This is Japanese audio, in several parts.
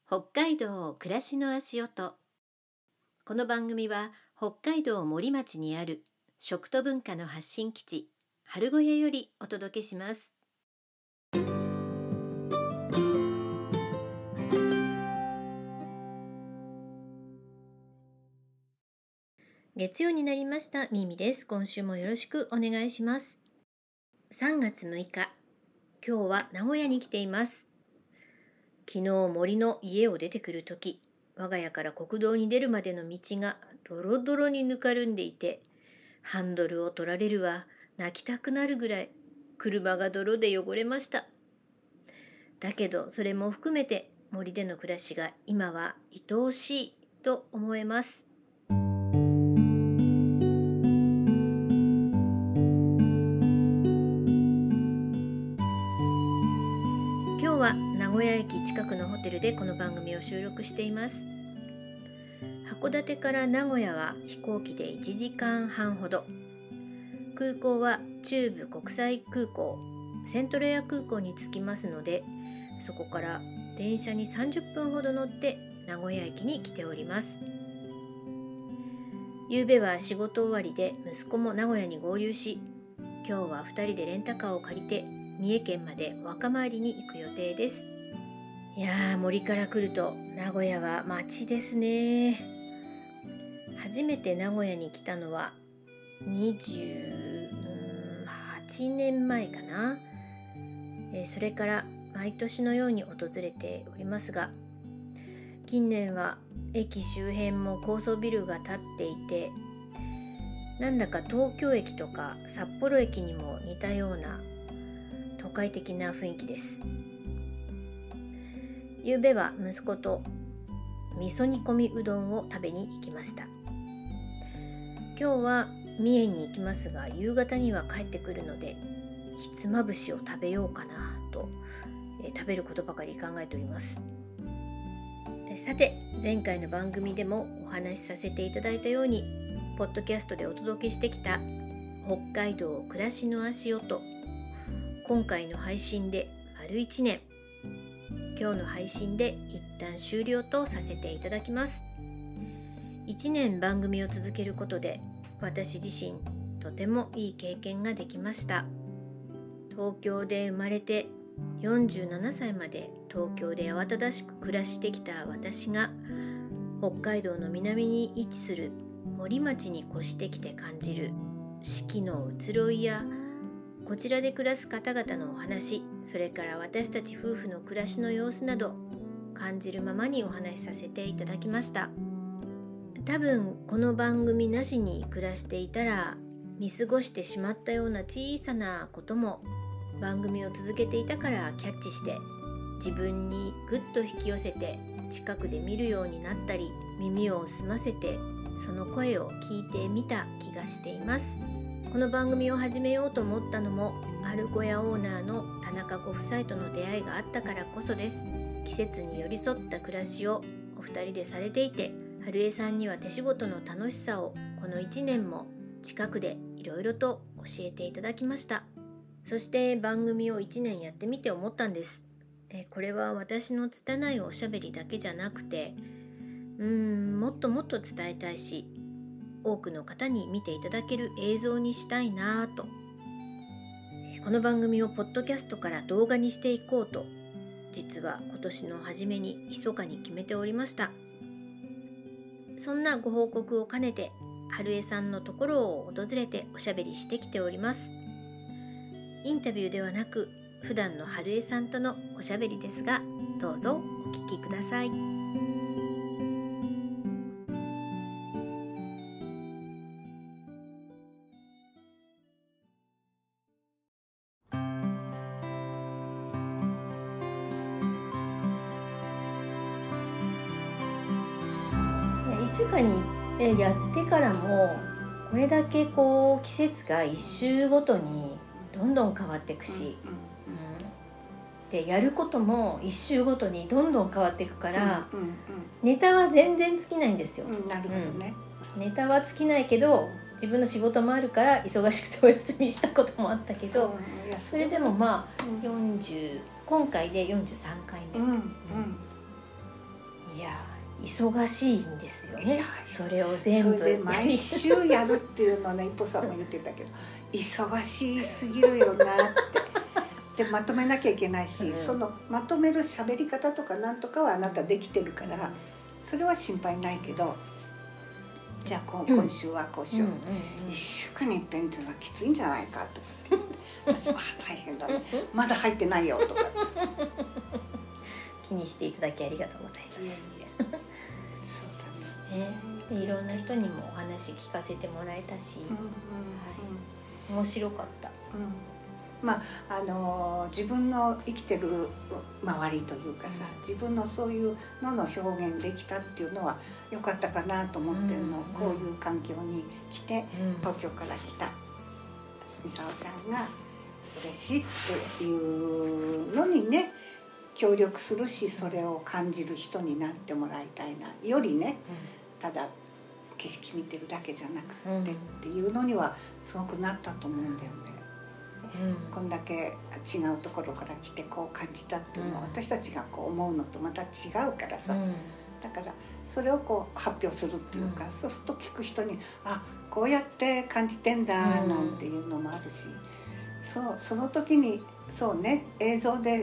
北海道暮らしの足音。この番組は北海道森町にある食と文化の発信基地春小屋よりお届けします。月曜になりました。ミミです。今週もよろしくお願いします。3月6日、今日は名古屋に来ています。昨日森の家を出てくるとき、我が家から国道に出るまでの道がドロドロにぬかるんでいて、ハンドルを取られるわ泣きたくなるぐらい車が泥で汚れました。だけどそれも含めて森での暮らしが今は愛おしいと思えます。今日は名古屋駅近くのホテルでこの番組を収録しています。函館から名古屋は飛行機で1時間半ほど。空港は中部国際空港、セントレア空港に着きますので、そこから電車に30分ほど乗って名古屋駅に来ております。夕べは仕事終わりで息子も名古屋に合流し、今日は2人でレンタカーを借りて三重県までお墓参りに行く予定です。いやー、森から来ると名古屋は街ですね。初めて名古屋に来たのは28年前かな。それから毎年のように訪れておりますが、近年は駅周辺も高層ビルが建っていて、なんだか東京駅とか札幌駅にも似たような都会的な雰囲気です。夕べは息子と味噌煮込みうどんを食べに行きました。今日は三重に行きますが、夕方には帰ってくるのでひつまぶしを食べようかなと、食べることばかり考えております。さて、前回の番組でもお話しさせていただいたように、ポッドキャストでお届けしてきた北海道暮らしの足音、今回の配信で丸1年、今日の配信で一旦終了とさせていただきます。1年番組を続けることで、私自身とてもいい経験ができました。東京で生まれて47歳まで東京で慌ただしく暮らしてきた私が、北海道の南に位置する森町に越してきて感じる四季の移ろいや、こちらで暮らす方々のお話、それから私たち夫婦の暮らしの様子など、感じるままにお話しさせていただきました。多分この番組なしに暮らしていたら見過ごしてしまったような小さなことも、番組を続けていたからキャッチして、自分にぐっと引き寄せて近くで見るようになったり、耳を澄ませてその声を聞いてみた気がしています。この番組を始めようと思ったのも、春小屋オーナーの田中ご夫妻との出会いがあったからこそです。季節に寄り添った暮らしをお二人でされていて、春江さんには手仕事の楽しさをこの1年も近くでいろいろと教えていただきました。そして番組を1年やってみて思ったんです。これは私の拙いおしゃべりだけじゃなくて、もっともっと伝えたいし、多くの方に見ていただける映像にしたいなと。この番組をポッドキャストから動画にしていこうと、実は今年の初めに密かに決めておりました。そんなご報告を兼ねて、春江さんのところを訪れておしゃべりしてきております。インタビューではなく、普段の春江さんとのおしゃべりですが、どうぞお聞きください。1週間にやってからも、これだけこう季節が1週ごとにどんどん変わっていくし、でやることも1週ごとにどんどん変わっていくから、ネタは全然尽きないんですよ。 なるほどね。 ネタは尽きないけど、自分の仕事もあるから忙しくてお休みしたこともあったけど、それでもまあ40、今回で43回目。 忙しいんですよね。 いやそれを全部それで毎週やるっていうのはね一歩さんも言ってたけど忙しすぎるよなってでまとめなきゃいけないし、そのまとめる喋り方とかなんとかはあなたできてるからそれは心配ないけど、じゃあ今週はこうしよう、1週間に一遍っていうのはきついんじゃないかとかって私は大変だねまだ入ってないよとか気にしていただきありがとうございます。 いやいやそうだね。 でいろんな人にもお話聞かせてもらえたし、面白かった。 まあ自分の生きてる周りというかさ、自分のそういうのの表現できたっていうのは良かったかなと思ってるの、こういう環境に来て、東京から来たみさおちゃんが嬉しいっていうのにね協力するし、それを感じる人になってもらいたいな、よりね、ただ景色見てるだけじゃなくてっていうのにはすごくなったと思うんだよね。こんだけ違うところから来てこう感じたっていうのは、私たちがこう思うのとまた違うからさ、だからそれをこう発表するっていうか、そうすると聞く人にあこうやって感じてんだなんていうのもあるし、その時にそうね、映像って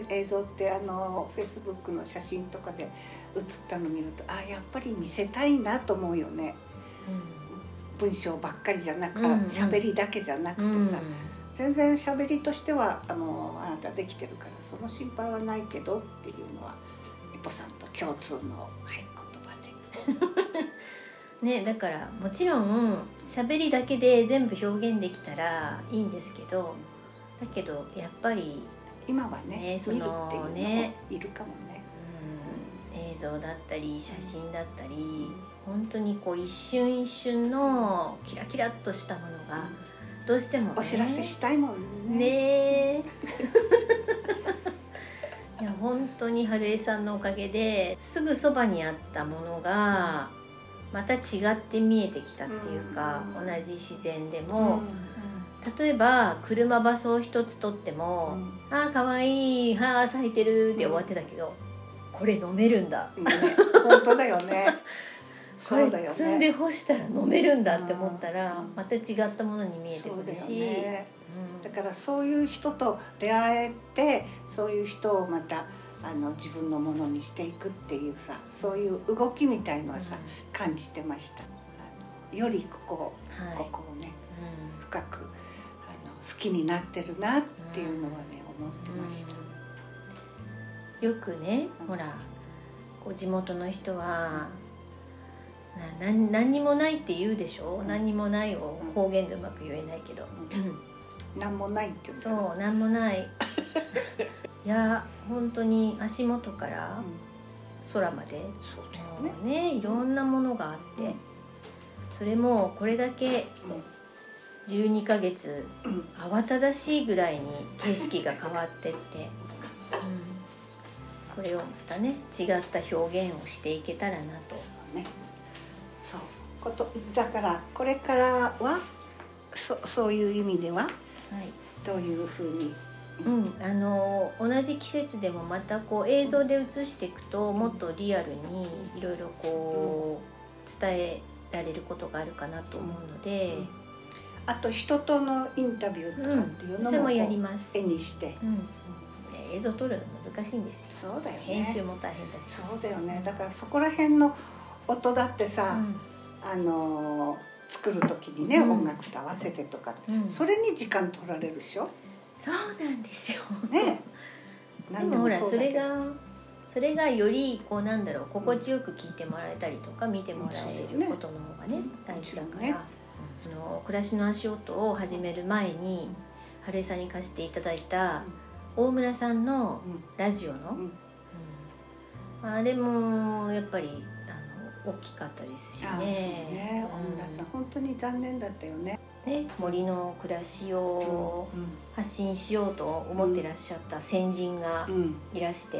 Facebook の写真とかで写ったの見るとやっぱり見せたいなと思うよね、文章ばっかりじゃなくて喋りだけじゃなくてさ、全然喋りとしてはあなたできてるからその心配はないけどっていうのは一歩さんと共通の、言葉でね、だからもちろん喋りだけで全部表現できたらいいんですけど、だけどやっぱり今はね見るっていうのもいるかもね、 映像だったり写真だったり、本当にこう一瞬一瞬のキラキラっとしたものがどうしても、ね、 お知らせしたいもんねいや本当に春江さんのおかげですぐそばにあったものがまた違って見えてきたっていうか、同じ自然でも、例えば車バスを一つ取っても、かわいい、咲いてるって終わってたけど、これ飲めるんだ、 本当だよねこれ積んで干したら飲めるんだって思ったら、また違ったものに見えてくるし、 だからそういう人と出会えて、そういう人をまた自分のものにしていくっていうさ、そういう動きみたいのはさ、感じてました。よりここをね、深く好きになってるなっていうのはね、思ってました。 よくね、ほら地元の人は何にもないって言うでしょ、何にもないを方言でうまく言えないけど、 何もないって言うかな。 そう、何もないいや本当に足元から空まで、 そうだよね、 いろんなものがあって、それもこれだけ12ヶ月慌ただしいぐらいに景色が変わってって、これをまたね違った表現をしていけたらなと。 だからこれからはそういう意味では、どういうふうに、 同じ季節でもまたこう映像で映していくと、もっとリアルにいろいろこう伝えられることがあるかなと思うので、 あと人とのインタビューとかっていうのも、 それもやります。 絵にして、 映像撮るの難しいんですよ。 そうだよね。 編集も大変だし。 そうだよね。だからそこら辺の音だってさ、作る時にね、音楽と合わせてとか、それに時間取られるでしょ。 そうなんですよ。 ね。 でもほらそれがよりこう心地よく聞いてもらえたりとか見てもらえることの方がね、大事だから、暮らしの足音を始める前に春江さんに貸していただいた大村さんのラジオの、あれもやっぱり大きかったですしね。 そうね、大村さん本当に残念だったよね。 森の暮らしを発信しようと思ってらっしゃった先人がいらして、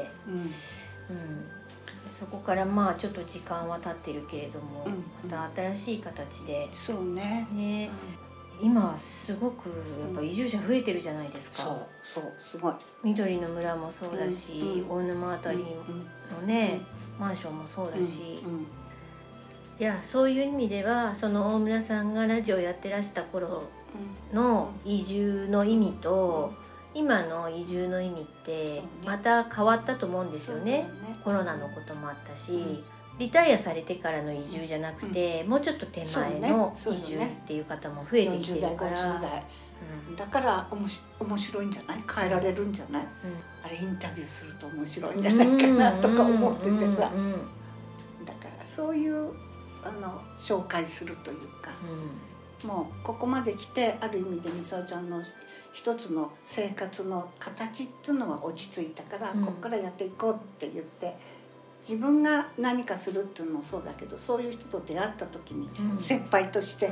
そこからまあちょっと時間は経ってるけれども、また新しい形で、 そうね、 今すごくやっぱ移住者増えてるじゃないですか。 そうすごい。 緑の村もそうだし、大沼あたりのね、 マンションもそうだし、 うんうん、 いやそういう意味ではその大村さんがラジオやってらした頃の移住の意味と、今の移住の意味ってまた変わったと思うんですよね。コロナのこともあったし、リタイアされてからの移住じゃなくて、もうちょっと手前の移住っていう方も増えてきてるから、 40代50代、だから面白いんじゃない、変えられるんじゃない、あれインタビューすると面白いんじゃないかなとか思っててさ、だからそういう紹介するというか、もうここまで来てある意味でみさおちゃんの一つの生活の形っていうのは落ち着いたから、ここからやっていこうって言って自分が何かするっていうのもそうだけど、そういう人と出会った時に先輩として、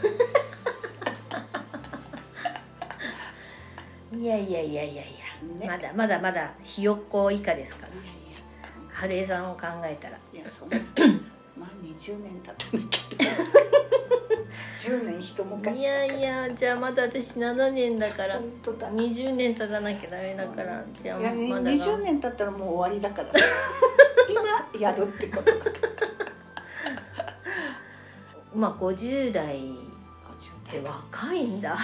いや、ね、まだひよっこ以下ですから。春江さんを考えたら、 いやそんなまあ20年経たなきゃ10年一昔。 いやじゃあまだ私7年だから、 本当だ、 20年経たなきゃダメだから、じゃあまだ 20年経ったらもう終わりだから今やるってことだからまあ50代って若いんだ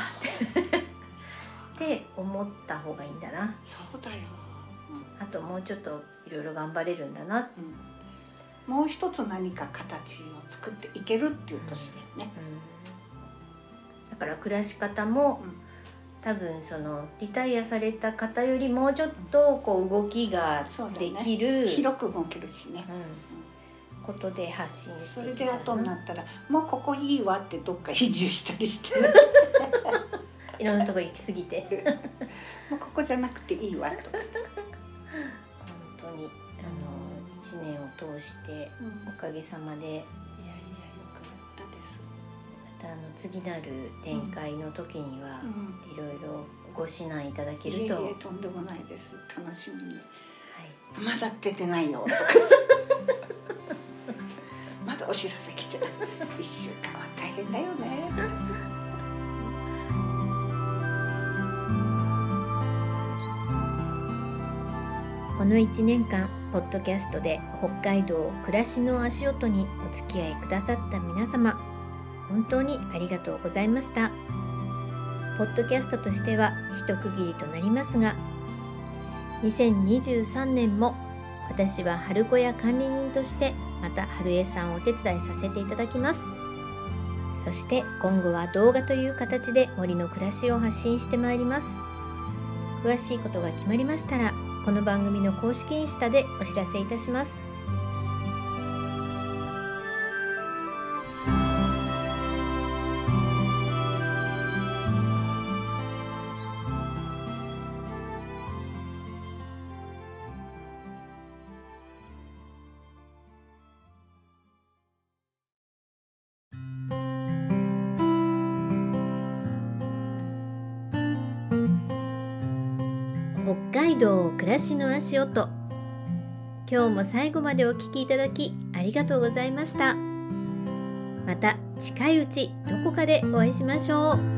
って思った方がいいんだな。 そうだよ、 あともうちょっといろいろ頑張れるんだな、 もう一つ何か形を作っていけるっていう年だよね、 だから暮らし方も、多分そのリタイアされた方よりもうちょっとこう動きができる、 広く動けるしね、 ことで発信して、 それで後になったらもうここいいわってどっか移住したりしていろんなとこ行き過ぎてもうここじゃなくていいわとか本当に1年を通しておかげさまで、 いやよくやったです。 また次なる展開の時にはいろいろご指南いただけると、 とんでもないです、楽しみに、 はい、 まだ出てないよとかまだお知らせ来てない1週間は大変だよねとかこの1年間ポッドキャストで北海道暮らしの足音にお付き合いくださった皆様、本当にありがとうございました。ポッドキャストとしては一区切りとなりますが、2023年も私は春小屋管理人としてまた春江さんをお手伝いさせていただきます。そして今後は動画という形で森の暮らしを発信してまいります。詳しいことが決まりましたらこの番組の公式インスタでお知らせいたします。北海道暮らしの足音、今日も最後までお聞きいただきありがとうございました。また近いうちどこかでお会いしましょう。